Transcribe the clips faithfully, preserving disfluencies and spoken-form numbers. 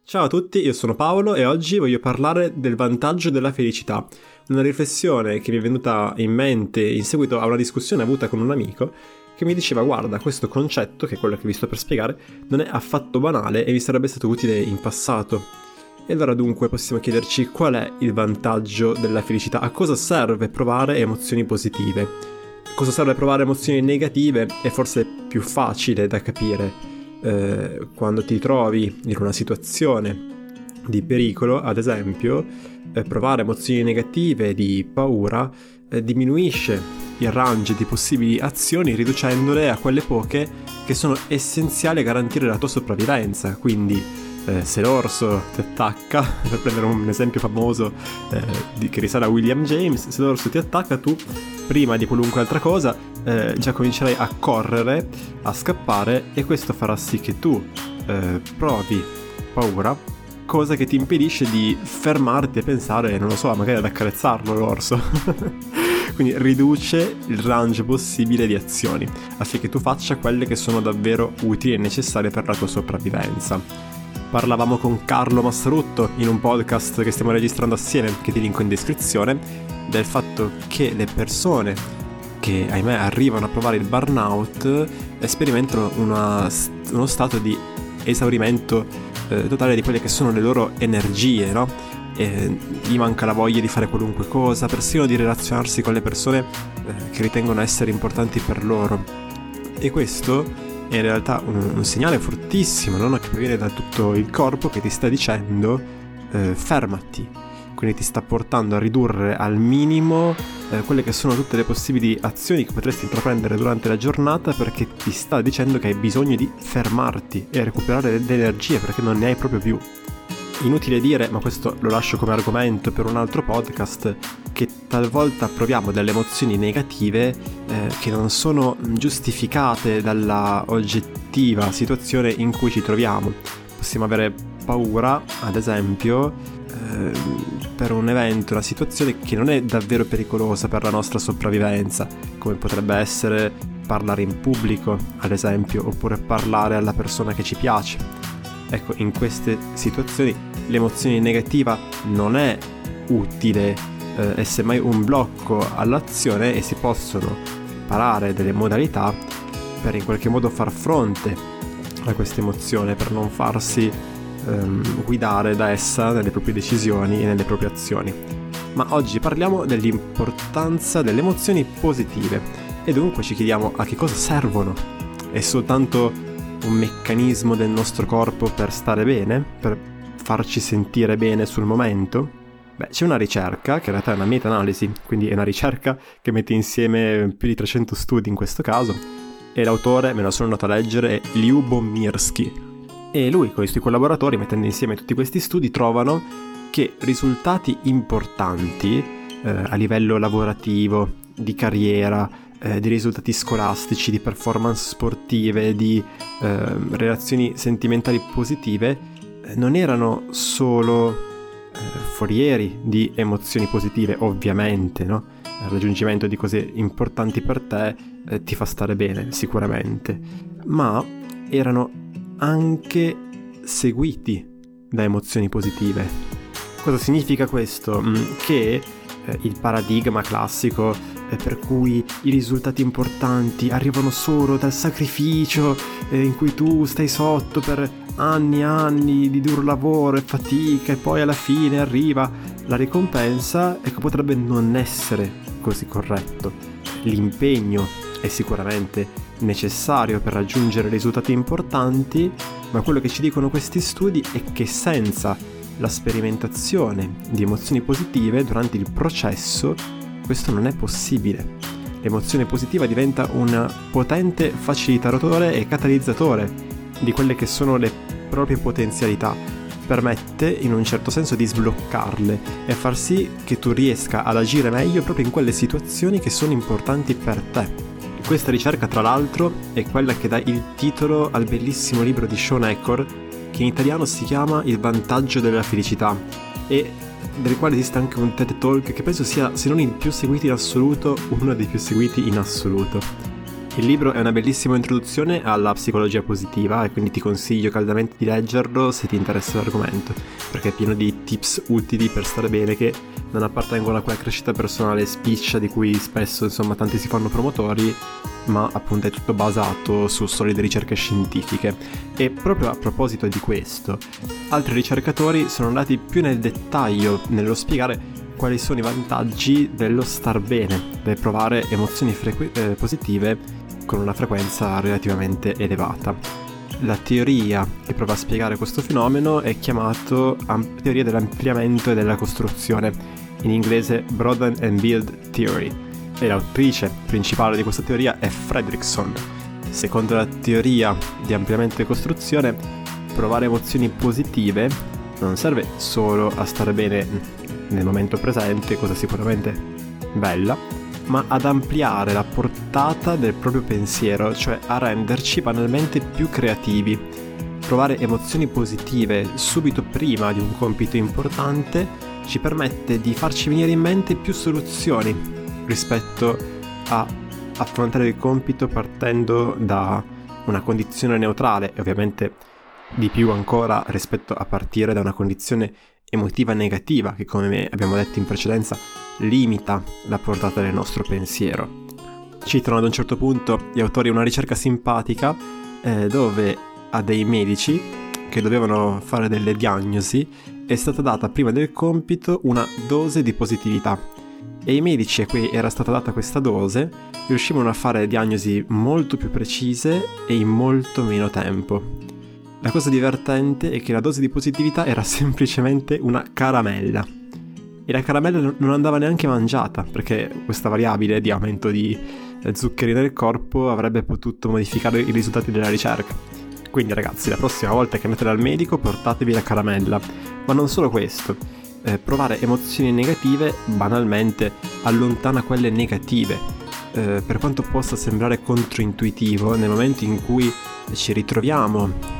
Ciao a tutti, io sono Paolo e oggi voglio parlare del vantaggio della felicità. Una riflessione che mi è venuta in mente in seguito a una discussione avuta con un amico che mi diceva: guarda, questo concetto, che è quello che vi sto per spiegare, non è affatto banale e mi sarebbe stato utile in passato. E allora dunque possiamo chiederci qual è il vantaggio della felicità, a cosa serve provare emozioni positive. Cosa serve provare emozioni negative è forse più facile da capire. Eh, quando ti trovi in una situazione di pericolo, ad esempio, eh, provare emozioni negative di paura eh, diminuisce il range di possibili azioni, riducendole a quelle poche che sono essenziali a garantire la tua sopravvivenza. Quindi eh, se l'orso ti attacca, per prendere un esempio famoso eh, di, che risale a William James, se l'orso ti attacca, tu prima di qualunque altra cosa eh, già comincerai a correre, a scappare, e questo farà sì che tu eh, provi paura, cosa che ti impedisce di fermarti e pensare, non lo so, magari ad accarezzarlo l'orso. Quindi riduce il range possibile di azioni affinché tu faccia quelle che sono davvero utili e necessarie per la tua sopravvivenza. Parlavamo con Carlo Massarutto in un podcast che stiamo registrando assieme, che ti linko in descrizione, del fatto che le persone che ahimè arrivano a provare il burnout sperimentano una, uno stato di esaurimento eh, totale di quelle che sono le loro energie, no? E gli manca la voglia di fare qualunque cosa, persino di relazionarsi con le persone eh, che ritengono essere importanti per loro. E questo è in realtà un, un segnale fortissimo, no? Che proviene da tutto il corpo che ti sta dicendo eh, fermati. Quindi ti sta portando a ridurre al minimo eh, quelle che sono tutte le possibili azioni che potresti intraprendere durante la giornata, perché ti sta dicendo che hai bisogno di fermarti e recuperare le energie, perché non ne hai proprio più. Inutile dire, ma questo lo lascio come argomento per un altro podcast, che talvolta proviamo delle emozioni negative eh, che non sono giustificate dalla oggettiva situazione in cui ci troviamo. Possiamo avere paura, ad esempio, per un evento, una situazione che non è davvero pericolosa per la nostra sopravvivenza, come potrebbe essere parlare in pubblico, ad esempio, oppure parlare alla persona che ci piace. Ecco, in queste situazioni l'emozione negativa non è utile, eh, è semmai un blocco all'azione, e si possono imparare delle modalità per in qualche modo far fronte a questa emozione, per non farsi guidare da essa nelle proprie decisioni e nelle proprie azioni. Ma oggi parliamo dell'importanza delle emozioni positive, e dunque ci chiediamo a che cosa servono. È soltanto un meccanismo del nostro corpo per stare bene, per farci sentire bene sul momento? Beh, c'è una ricerca, che in realtà è una meta-analisi, quindi è una ricerca che mette insieme più di trecento studi in questo caso, e l'autore, me lo sono andato a leggere, è Lyubomirsky. E lui con i suoi collaboratori, mettendo insieme tutti questi studi, trovano che risultati importanti eh, a livello lavorativo, di carriera, eh, di risultati scolastici, di performance sportive, di eh, relazioni sentimentali positive, eh, non erano solo eh, forieri di emozioni positive, ovviamente, no? Il raggiungimento di cose importanti per te eh, ti fa stare bene, sicuramente, ma erano anche seguiti da emozioni positive. Cosa significa questo? Che eh, il paradigma classico eh, per cui i risultati importanti arrivano solo dal sacrificio, eh, in cui tu stai sotto per anni e anni di duro lavoro e fatica, e poi alla fine arriva la ricompensa, ecco, potrebbe non essere così corretto. L'impegno è sicuramente necessario per raggiungere risultati importanti, ma quello che ci dicono questi studi è che senza la sperimentazione di emozioni positive durante il processo questo non è possibile. L'emozione positiva diventa un potente facilitatore e catalizzatore di quelle che sono le proprie potenzialità, permette in un certo senso di sbloccarle e far sì che tu riesca ad agire meglio proprio in quelle situazioni che sono importanti per te. Questa ricerca, tra l'altro, è quella che dà il titolo al bellissimo libro di Shawn Achor, che in italiano si chiama Il vantaggio della felicità, e del quale esiste anche un TED Talk che penso sia, se non il più seguito in assoluto, uno dei più seguiti in assoluto. Il libro è una bellissima introduzione alla psicologia positiva e quindi ti consiglio caldamente di leggerlo se ti interessa l'argomento, perché è pieno di tips utili per stare bene che non appartengono a quella crescita personale spiccia di cui spesso insomma tanti si fanno promotori, ma appunto è tutto basato su solide ricerche scientifiche. E proprio a proposito di questo, altri ricercatori sono andati più nel dettaglio nello spiegare quali sono i vantaggi dello star bene, del provare emozioni frequ- eh, positive con una frequenza relativamente elevata. La teoria che prova a spiegare questo fenomeno è chiamata am- teoria dell'ampliamento e della costruzione, in inglese Broaden and Build Theory, e l'autrice principale di questa teoria è Fredrickson. Secondo la teoria di ampliamento e costruzione, provare emozioni positive non serve solo a stare bene nel momento presente, cosa sicuramente bella, ma ad ampliare la portata del proprio pensiero, cioè a renderci banalmente più creativi. Provare emozioni positive subito prima di un compito importante ci permette di farci venire in mente più soluzioni rispetto a affrontare il compito partendo da una condizione neutrale e ovviamente di più ancora rispetto a partire da una condizione emotiva negativa che, come abbiamo detto in precedenza, limita la portata del nostro pensiero. Citano ad un certo punto gli autori una ricerca simpatica eh, dove a dei medici che dovevano fare delle diagnosi è stata data prima del compito una dose di positività e i medici a cui era stata data questa dose riuscivano a fare diagnosi molto più precise e in molto meno tempo. La cosa divertente è che la dose di positività era semplicemente una caramella e la caramella non andava neanche mangiata perché questa variabile di aumento di zuccheri nel corpo avrebbe potuto modificare i risultati della ricerca. Quindi ragazzi, la prossima volta che andate dal medico portatevi la caramella, ma non solo questo, eh, provare emozioni negative banalmente allontana quelle negative, eh, per quanto possa sembrare controintuitivo nel momento in cui ci ritroviamo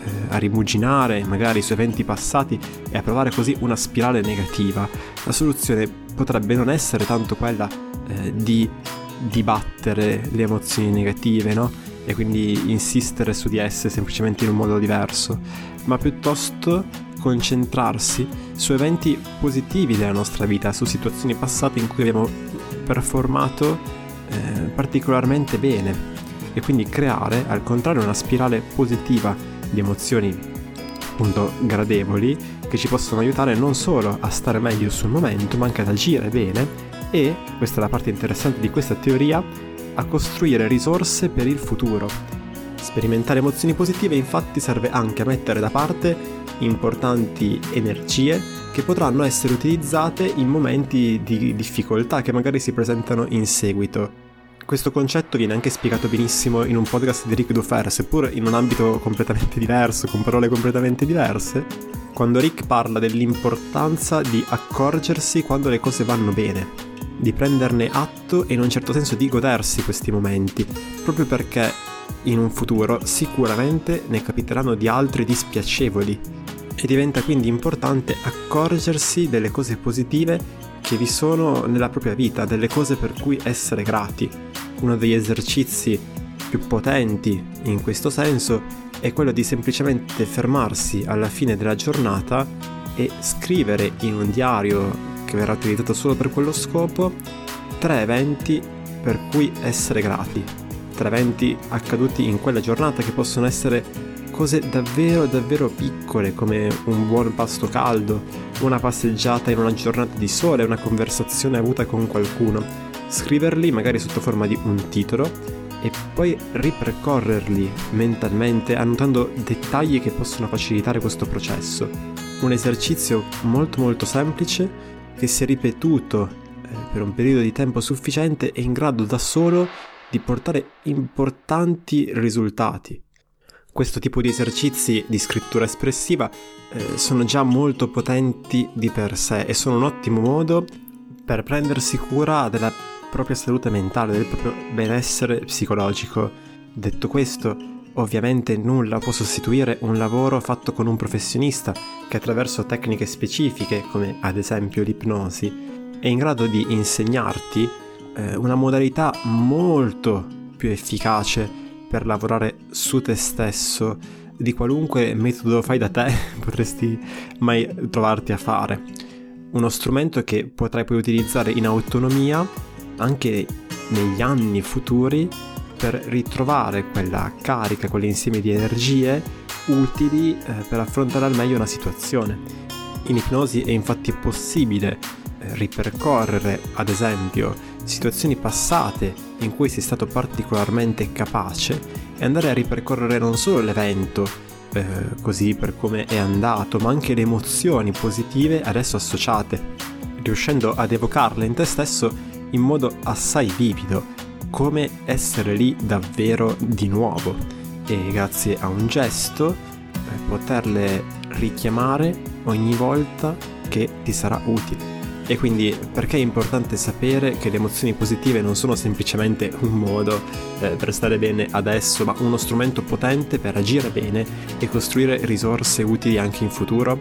a rimuginare magari su eventi passati e a provare così una spirale negativa. La soluzione potrebbe non essere tanto quella eh, di dibattere le emozioni negative, no? E quindi insistere su di esse semplicemente in un modo diverso, ma piuttosto concentrarsi su eventi positivi della nostra vita, su situazioni passate in cui abbiamo performato eh, particolarmente bene e quindi creare al contrario una spirale positiva di emozioni appunto gradevoli che ci possono aiutare non solo a stare meglio sul momento ma anche ad agire bene e, questa è la parte interessante di questa teoria, a costruire risorse per il futuro. Sperimentare emozioni positive infatti serve anche a mettere da parte importanti energie che potranno essere utilizzate in momenti di difficoltà che magari si presentano in seguito. Questo concetto viene anche spiegato benissimo in un podcast di Rick Dufer, seppur in un ambito completamente diverso, con parole completamente diverse, quando Rick parla dell'importanza di accorgersi quando le cose vanno bene, di prenderne atto e in un certo senso di godersi questi momenti, proprio perché in un futuro sicuramente ne capiteranno di altri dispiacevoli e diventa quindi importante accorgersi delle cose positive che vi sono nella propria vita, delle cose per cui essere grati. Uno degli esercizi più potenti in questo senso è quello di semplicemente fermarsi alla fine della giornata e scrivere in un diario che verrà utilizzato solo per quello scopo tre eventi per cui essere grati, tre eventi accaduti in quella giornata che possono essere cose davvero davvero piccole come un buon pasto caldo, una passeggiata in una giornata di sole, una conversazione avuta con qualcuno. Scriverli magari sotto forma di un titolo e poi ripercorrerli mentalmente annotando dettagli che possono facilitare questo processo. Un esercizio molto molto semplice che se ripetuto eh, per un periodo di tempo sufficiente è in grado da solo di portare importanti risultati. Questo tipo di esercizi di scrittura espressiva eh, sono già molto potenti di per sé e sono un ottimo modo per prendersi cura della propria salute mentale, del proprio benessere psicologico. Detto questo, ovviamente nulla può sostituire un lavoro fatto con un professionista che attraverso tecniche specifiche, come ad esempio l'ipnosi, è in grado di insegnarti eh, una modalità molto più efficace per lavorare su te stesso di qualunque metodo fai da te potresti mai trovarti a fare. Uno strumento che potrai poi utilizzare in autonomia anche negli anni futuri per ritrovare quella carica, quell'insieme di energie utili eh, per affrontare al meglio una situazione. In ipnosi è infatti possibile eh, ripercorrere, ad esempio, situazioni passate in cui sei stato particolarmente capace e andare a ripercorrere non solo l'evento eh, così per come è andato, ma anche le emozioni positive ad esso associate, riuscendo ad evocarle in te stesso in modo assai vivido, come essere lì davvero di nuovo e grazie a un gesto eh, poterle richiamare ogni volta che ti sarà utile. E quindi perché è importante sapere che le emozioni positive non sono semplicemente un modo eh, per stare bene adesso, ma uno strumento potente per agire bene e costruire risorse utili anche in futuro?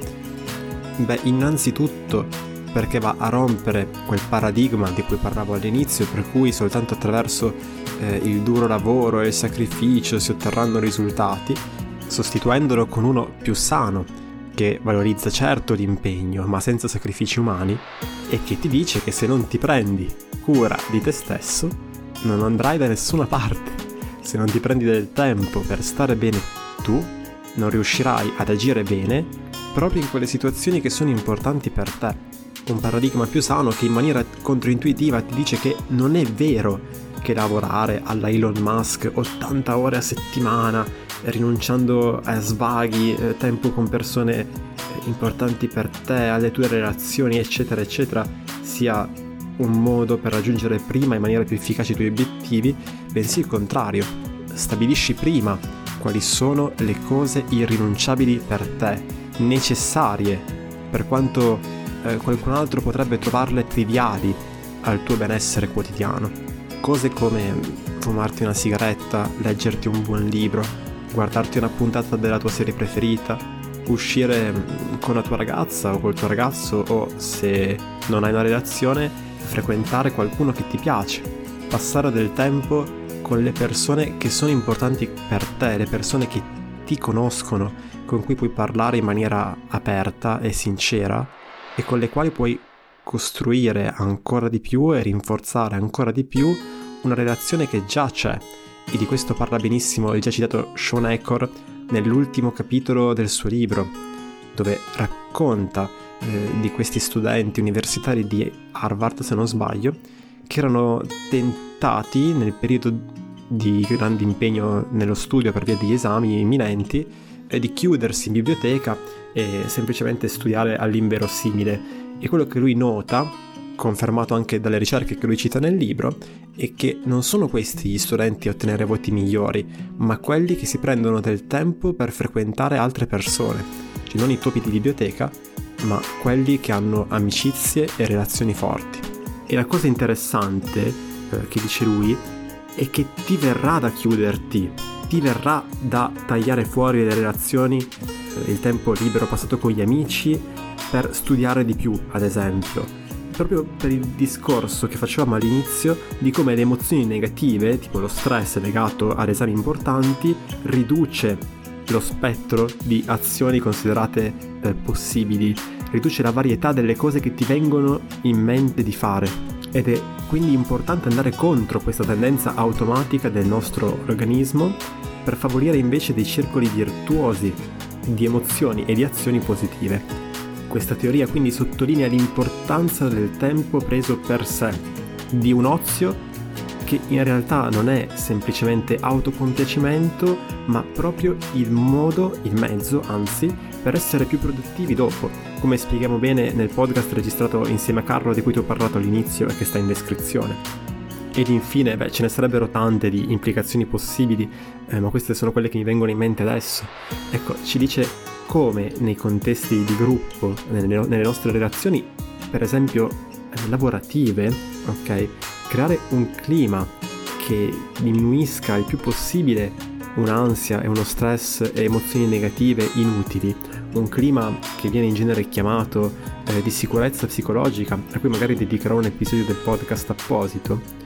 Beh, innanzitutto perché va a rompere quel paradigma di cui parlavo all'inizio, per cui soltanto attraverso eh, il duro lavoro e il sacrificio si otterranno risultati, sostituendolo con uno più sano, che valorizza certo l'impegno, ma senza sacrifici umani, e che ti dice che se non ti prendi cura di te stesso, non andrai da nessuna parte. Se non ti prendi del tempo per stare bene tu, non riuscirai ad agire bene proprio in quelle situazioni che sono importanti per te. Un paradigma più sano che in maniera controintuitiva ti dice che non è vero che lavorare alla Elon Musk ottanta ore a settimana, rinunciando a svaghi, eh, tempo con persone eh, importanti per te, alle tue relazioni, eccetera, eccetera, sia un modo per raggiungere prima in maniera più efficace i tuoi obiettivi, bensì il contrario. Stabilisci prima quali sono le cose irrinunciabili per te, necessarie, per quanto eh, qualcun altro potrebbe trovarle triviali al tuo benessere quotidiano. Cose come fumarti una sigaretta, leggerti un buon libro, guardarti una puntata della tua serie preferita, uscire con la tua ragazza o col tuo ragazzo, o se non hai una relazione, frequentare qualcuno che ti piace, passare del tempo con le persone che sono importanti per te, le persone che ti conoscono, con cui puoi parlare in maniera aperta e sincera e con le quali puoi costruire ancora di più e rinforzare ancora di più una relazione che già c'è. E di questo parla benissimo il già citato Shawn Achor nell'ultimo capitolo del suo libro, dove racconta eh, di questi studenti universitari di Harvard, se non sbaglio, che erano tentati nel periodo di grande impegno nello studio per via degli esami imminenti eh, di chiudersi in biblioteca e semplicemente studiare all'inverosimile. E quello che lui nota, confermato anche dalle ricerche che lui cita nel libro, è che non sono questi gli studenti a ottenere voti migliori, ma quelli che si prendono del tempo per frequentare altre persone, cioè non i topi di biblioteca, ma quelli che hanno amicizie e relazioni forti. E la cosa interessante eh, che dice lui è che ti verrà da chiuderti, ti verrà da tagliare fuori le relazioni, eh, il tempo libero passato con gli amici per studiare di più, ad esempio. Proprio per il discorso che facevamo all'inizio di come le emozioni negative, tipo lo stress legato ad esami importanti, riduce lo spettro di azioni considerate eh, possibili, riduce la varietà delle cose che ti vengono in mente di fare. Ed è quindi importante andare contro questa tendenza automatica del nostro organismo per favorire invece dei circoli virtuosi di emozioni e di azioni positive. Questa teoria quindi sottolinea l'importanza del tempo preso per sé, di un ozio che in realtà non è semplicemente autocompiacimento, ma proprio il modo, il mezzo, anzi, per essere più produttivi dopo, come spieghiamo bene nel podcast registrato insieme a Carlo di cui ti ho parlato all'inizio e che sta in descrizione. Ed infine, beh, ce ne sarebbero tante di implicazioni possibili, eh, ma queste sono quelle che mi vengono in mente adesso. Ecco, ci dice come nei contesti di gruppo, nelle, nelle nostre relazioni, per esempio eh, lavorative, ok, creare un clima che diminuisca il più possibile un'ansia e uno stress e emozioni negative inutili, un clima che viene in genere chiamato eh, di sicurezza psicologica, a cui magari dedicherò un episodio del podcast apposito,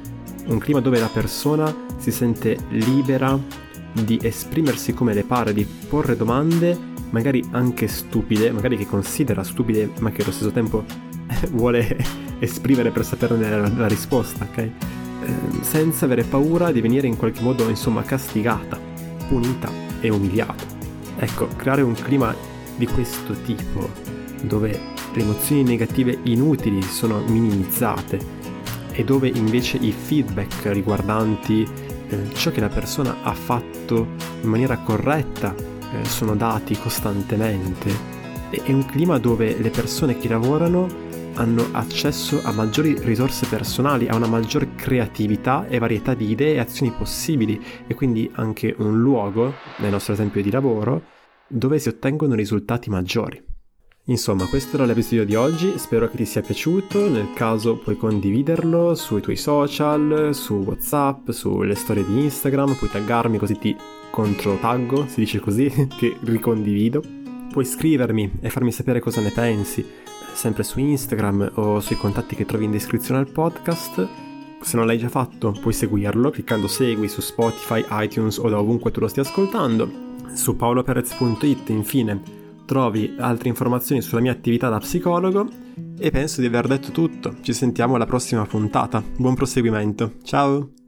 un clima dove la persona si sente libera di esprimersi come le pare, di porre domande magari anche stupide, magari che considera stupide ma che allo stesso tempo vuole esprimere per saperne la, la risposta, ok? Eh, senza avere paura di venire in qualche modo insomma castigata, punita e umiliata. Ecco, creare un clima di questo tipo dove le emozioni negative inutili sono minimizzate e dove invece i feedback riguardanti eh, ciò che la persona ha fatto in maniera corretta eh, sono dati costantemente. E è un clima dove le persone che lavorano hanno accesso a maggiori risorse personali, a una maggior creatività e varietà di idee e azioni possibili, e quindi anche un luogo, nel nostro esempio di lavoro, dove si ottengono risultati maggiori. Insomma, questo era l'episodio di oggi, spero che ti sia piaciuto. Nel caso puoi condividerlo sui tuoi social, su WhatsApp, sulle storie di Instagram, puoi taggarmi così ti controtaggo, si dice così, che ricondivido. Puoi scrivermi e farmi sapere cosa ne pensi, sempre su Instagram o sui contatti che trovi in descrizione al podcast. Se non l'hai già fatto, puoi seguirlo cliccando segui su Spotify, iTunes o da ovunque tu lo stia ascoltando. Su paoloperez punto it, infine, trovi altre informazioni sulla mia attività da psicologo e penso di aver detto tutto. Ci sentiamo alla prossima puntata. Buon proseguimento. Ciao!